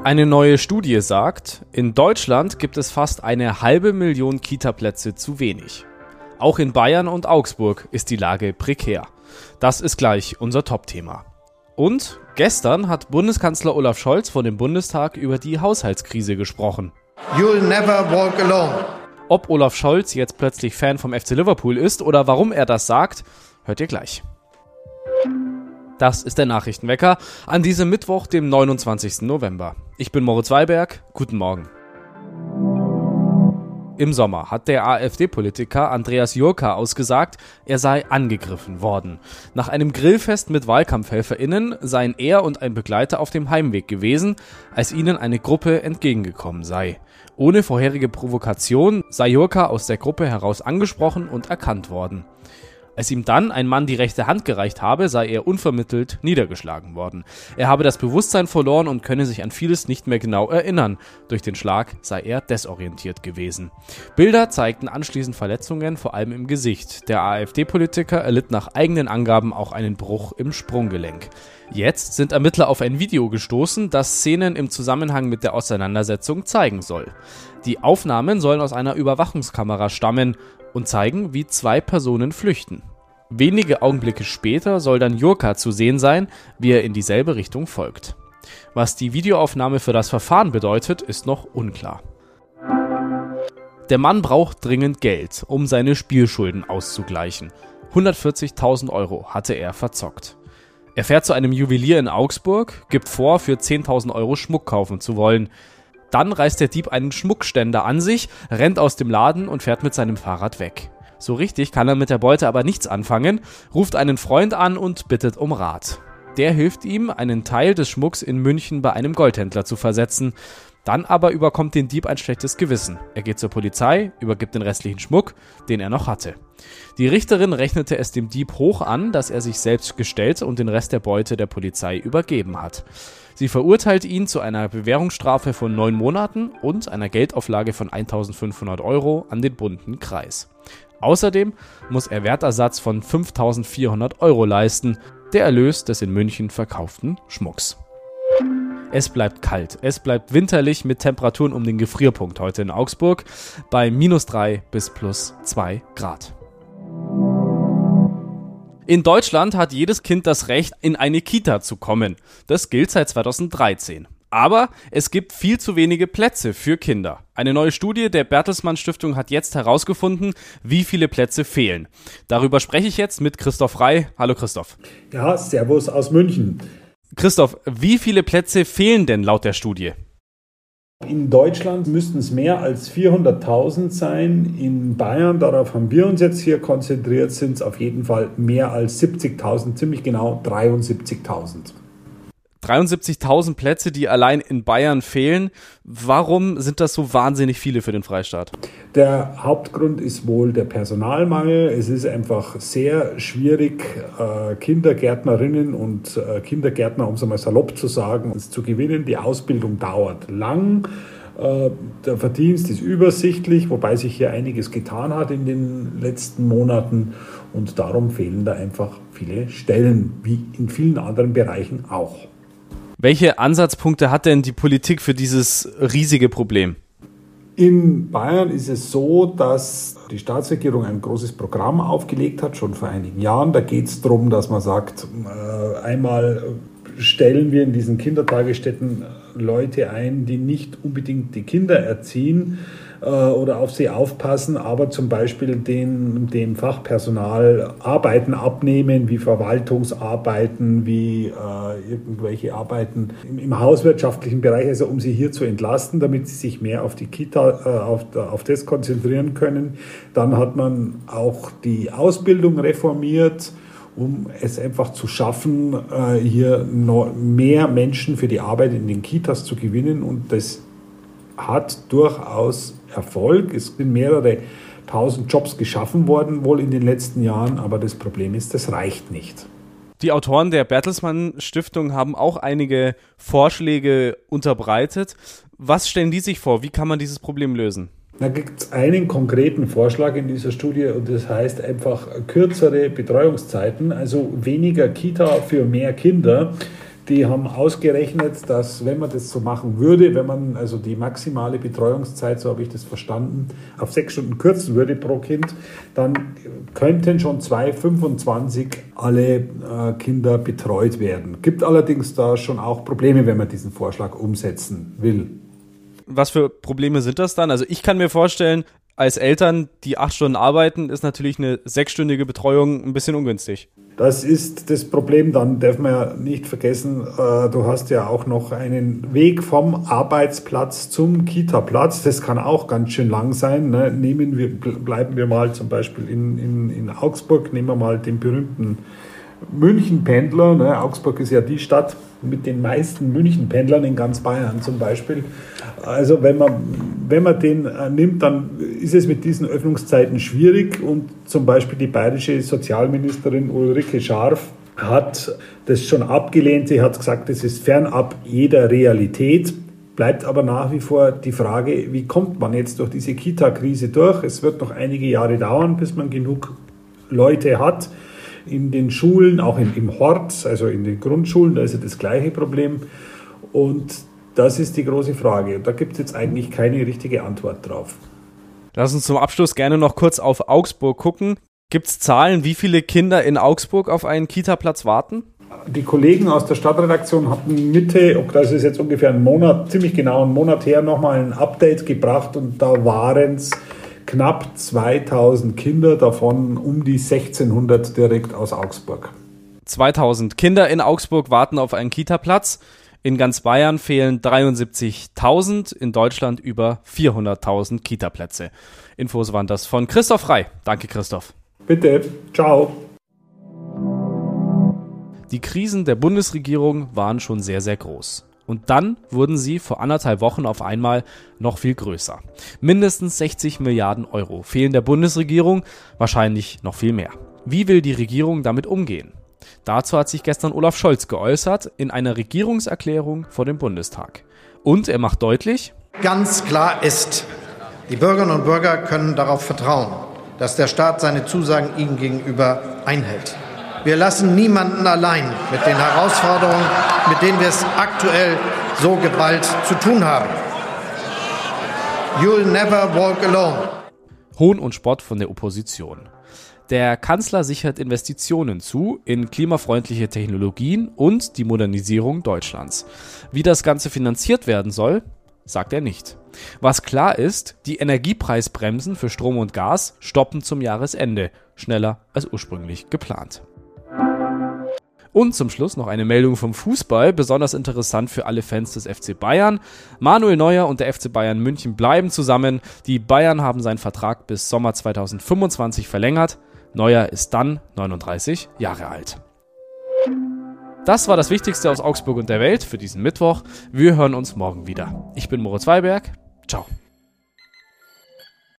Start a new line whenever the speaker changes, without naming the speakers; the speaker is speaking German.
Eine neue Studie sagt, in Deutschland gibt es fast 500.000 Kita-Plätze zu wenig. Auch in Bayern und Augsburg ist die Lage prekär. Das ist gleich unser Top-Thema. Und gestern hat Bundeskanzler Olaf Scholz vor dem Bundestag über die Haushaltskrise gesprochen.
You'll never walk alone.
Ob Olaf Scholz jetzt plötzlich Fan vom FC Liverpool ist oder warum er das sagt, hört ihr gleich. Das ist der Nachrichtenwecker an diesem Mittwoch, dem 29. November. Ich bin Moritz Weiberg, guten Morgen. Im Sommer hat der AfD-Politiker Andreas Jurka ausgesagt, er sei angegriffen worden. Nach einem Grillfest mit WahlkampfhelferInnen seien er und ein Begleiter auf dem Heimweg gewesen, als ihnen eine Gruppe entgegengekommen sei. Ohne vorherige Provokation sei Jurka aus der Gruppe heraus angesprochen und erkannt worden. Als ihm dann ein Mann die rechte Hand gereicht habe, sei er unvermittelt niedergeschlagen worden. Er habe das Bewusstsein verloren und könne sich an vieles nicht mehr genau erinnern. Durch den Schlag sei er desorientiert gewesen. Bilder zeigten anschließend Verletzungen, vor allem im Gesicht. Der AfD-Politiker erlitt nach eigenen Angaben auch einen Bruch im Sprunggelenk. Jetzt sind Ermittler auf ein Video gestoßen, das Szenen im Zusammenhang mit der Auseinandersetzung zeigen soll. Die Aufnahmen sollen aus einer Überwachungskamera stammen und zeigen, wie 2 Personen flüchten. Wenige Augenblicke später soll dann Jurka zu sehen sein, wie er in dieselbe Richtung folgt. Was die Videoaufnahme für das Verfahren bedeutet, ist noch unklar. Der Mann braucht dringend Geld, um seine Spielschulden auszugleichen. 140.000 € hatte er verzockt. Er fährt zu einem Juwelier in Augsburg, gibt vor, für 10.000 € Schmuck kaufen zu wollen. Dann reißt der Dieb einen Schmuckständer an sich, rennt aus dem Laden und fährt mit seinem Fahrrad weg. So richtig kann er mit der Beute aber nichts anfangen, ruft einen Freund an und bittet um Rat. Der hilft ihm, einen Teil des Schmucks in München bei einem Goldhändler zu versetzen. Dann aber überkommt den Dieb ein schlechtes Gewissen. Er geht zur Polizei, übergibt den restlichen Schmuck, den er noch hatte. Die Richterin rechnete es dem Dieb hoch an, dass er sich selbst gestellt und den Rest der Beute der Polizei übergeben hat. Sie verurteilt ihn zu einer Bewährungsstrafe von 9 Monaten und einer Geldauflage von 1.500 € an den bunten Kreis. Außerdem muss er Wertersatz von 5.400 € leisten, der Erlös des in München verkauften Schmucks. Es bleibt kalt, es bleibt winterlich mit Temperaturen um den Gefrierpunkt heute in Augsburg bei -3 bis +2 Grad. In Deutschland hat jedes Kind das Recht, in eine Kita zu kommen. Das gilt seit 2013. Aber es gibt viel zu wenige Plätze für Kinder. Eine neue Studie der Bertelsmann Stiftung hat jetzt herausgefunden, wie viele Plätze fehlen. Darüber spreche ich jetzt mit Christoph Rey. Hallo Christoph.
Ja, servus aus München.
Christoph, wie viele Plätze fehlen denn laut der Studie?
In Deutschland müssten es mehr als 400.000 sein. In Bayern, darauf haben wir uns jetzt hier konzentriert, sind es auf jeden Fall mehr als 70.000, ziemlich genau 73.000.
73.000 Plätze, die allein in Bayern fehlen. Warum sind das so wahnsinnig viele für den Freistaat?
Der Hauptgrund ist wohl der Personalmangel. Es ist einfach sehr schwierig, Kindergärtnerinnen und Kindergärtner, um es einmal salopp zu sagen, zu gewinnen. Die Ausbildung dauert lang. Der Verdienst ist übersichtlich, wobei sich hier einiges getan hat in den letzten Monaten. Und darum fehlen da einfach viele Stellen, wie in vielen anderen Bereichen auch.
Welche Ansatzpunkte hat denn die Politik für dieses riesige Problem?
In Bayern ist es so, dass die Staatsregierung ein großes Programm aufgelegt hat, schon vor einigen Jahren. Da geht es darum, dass man sagt, einmal stellen wir in diesen Kindertagesstätten Leute ein, die nicht unbedingt die Kinder erziehen oder auf sie aufpassen, aber zum Beispiel dem Fachpersonal Arbeiten abnehmen, wie Verwaltungsarbeiten, wie irgendwelche Arbeiten im hauswirtschaftlichen Bereich, also um sie hier zu entlasten, damit sie sich mehr auf die Kita, auf das konzentrieren können. Dann hat man auch die Ausbildung reformiert, um es einfach zu schaffen, hier noch mehr Menschen für die Arbeit in den Kitas zu gewinnen. Und das hat durchaus Erfolg. Es sind mehrere tausend Jobs geschaffen worden, wohl in den letzten Jahren. Aber das Problem ist, das reicht nicht.
Die Autoren der Bertelsmann Stiftung haben auch einige Vorschläge unterbreitet. Was stellen die sich vor? Wie kann man dieses Problem lösen?
Da gibt es einen konkreten Vorschlag in dieser Studie und das heißt einfach kürzere Betreuungszeiten, also weniger Kita für mehr Kinder. Die haben ausgerechnet, dass wenn man das so machen würde, wenn man also die maximale Betreuungszeit, so habe ich das verstanden, auf 6 Stunden kürzen würde pro Kind, dann könnten schon 2025 alle Kinder betreut werden. Gibt allerdings da schon auch Probleme, wenn man diesen Vorschlag umsetzen will.
Was für Probleme sind das dann? Also ich kann mir vorstellen, als Eltern, die 8 Stunden arbeiten, ist natürlich eine 6-stündige Betreuung ein bisschen ungünstig.
Das ist das Problem, dann darf man ja nicht vergessen, du hast ja auch noch einen Weg vom Arbeitsplatz zum Kita-Platz. Das kann auch ganz schön lang sein. Ne? Bleiben wir mal zum Beispiel in Augsburg, nehmen wir mal den berühmten München-Pendler. Ne? Augsburg ist ja die Stadt mit den meisten München-Pendlern in ganz Bayern zum Beispiel. Also wenn man den nimmt, dann ist es mit diesen Öffnungszeiten schwierig und zum Beispiel die bayerische Sozialministerin Ulrike Scharf hat das schon abgelehnt. Sie hat gesagt, das ist fernab jeder Realität. Bleibt aber nach wie vor die Frage, wie kommt man jetzt durch diese Kita-Krise durch? Es wird noch einige Jahre dauern, bis man genug Leute hat. In den Schulen, auch im Hort, also in den Grundschulen, da ist ja das gleiche Problem. Und das ist die große Frage. Und da gibt es jetzt eigentlich keine richtige Antwort drauf.
Lass uns zum Abschluss gerne noch kurz auf Augsburg gucken. Gibt es Zahlen, wie viele Kinder in Augsburg auf einen Kita-Platz warten?
Die Kollegen aus der Stadtredaktion hatten das ist jetzt ungefähr einen Monat, ziemlich genau einen Monat her, nochmal ein Update gebracht und da waren es knapp 2000 Kinder, davon um die 1600 direkt aus Augsburg.
2000 Kinder in Augsburg warten auf einen Kita-Platz. In ganz Bayern fehlen 73.000, in Deutschland über 400.000 Kita-Plätze. Infos waren das von Christoph Frei. Danke, Christoph.
Bitte, ciao.
Die Krisen der Bundesregierung waren schon sehr, sehr groß. Und dann wurden sie vor 1,5 Wochen auf einmal noch viel größer. Mindestens 60 Milliarden Euro fehlen der Bundesregierung, wahrscheinlich noch viel mehr. Wie will die Regierung damit umgehen? Dazu hat sich gestern Olaf Scholz geäußert in einer Regierungserklärung vor dem Bundestag. Und er macht deutlich:
Ganz klar ist, die Bürgerinnen und Bürger können darauf vertrauen, dass der Staat seine Zusagen ihnen gegenüber einhält. Wir lassen niemanden allein mit den Herausforderungen, mit denen wir es aktuell so geballt zu tun haben. You'll never walk alone.
Hohn und Spott von der Opposition. Der Kanzler sichert Investitionen zu in klimafreundliche Technologien und die Modernisierung Deutschlands. Wie das Ganze finanziert werden soll, sagt er nicht. Was klar ist, die Energiepreisbremsen für Strom und Gas stoppen zum Jahresende, schneller als ursprünglich geplant. Und zum Schluss noch eine Meldung vom Fußball, besonders interessant für alle Fans des FC Bayern. Manuel Neuer und der FC Bayern München bleiben zusammen. Die Bayern haben seinen Vertrag bis Sommer 2025 verlängert. Neuer ist dann 39 Jahre alt. Das war das Wichtigste aus Augsburg und der Welt für diesen Mittwoch. Wir hören uns morgen wieder. Ich bin Moritz Weiberg. Ciao.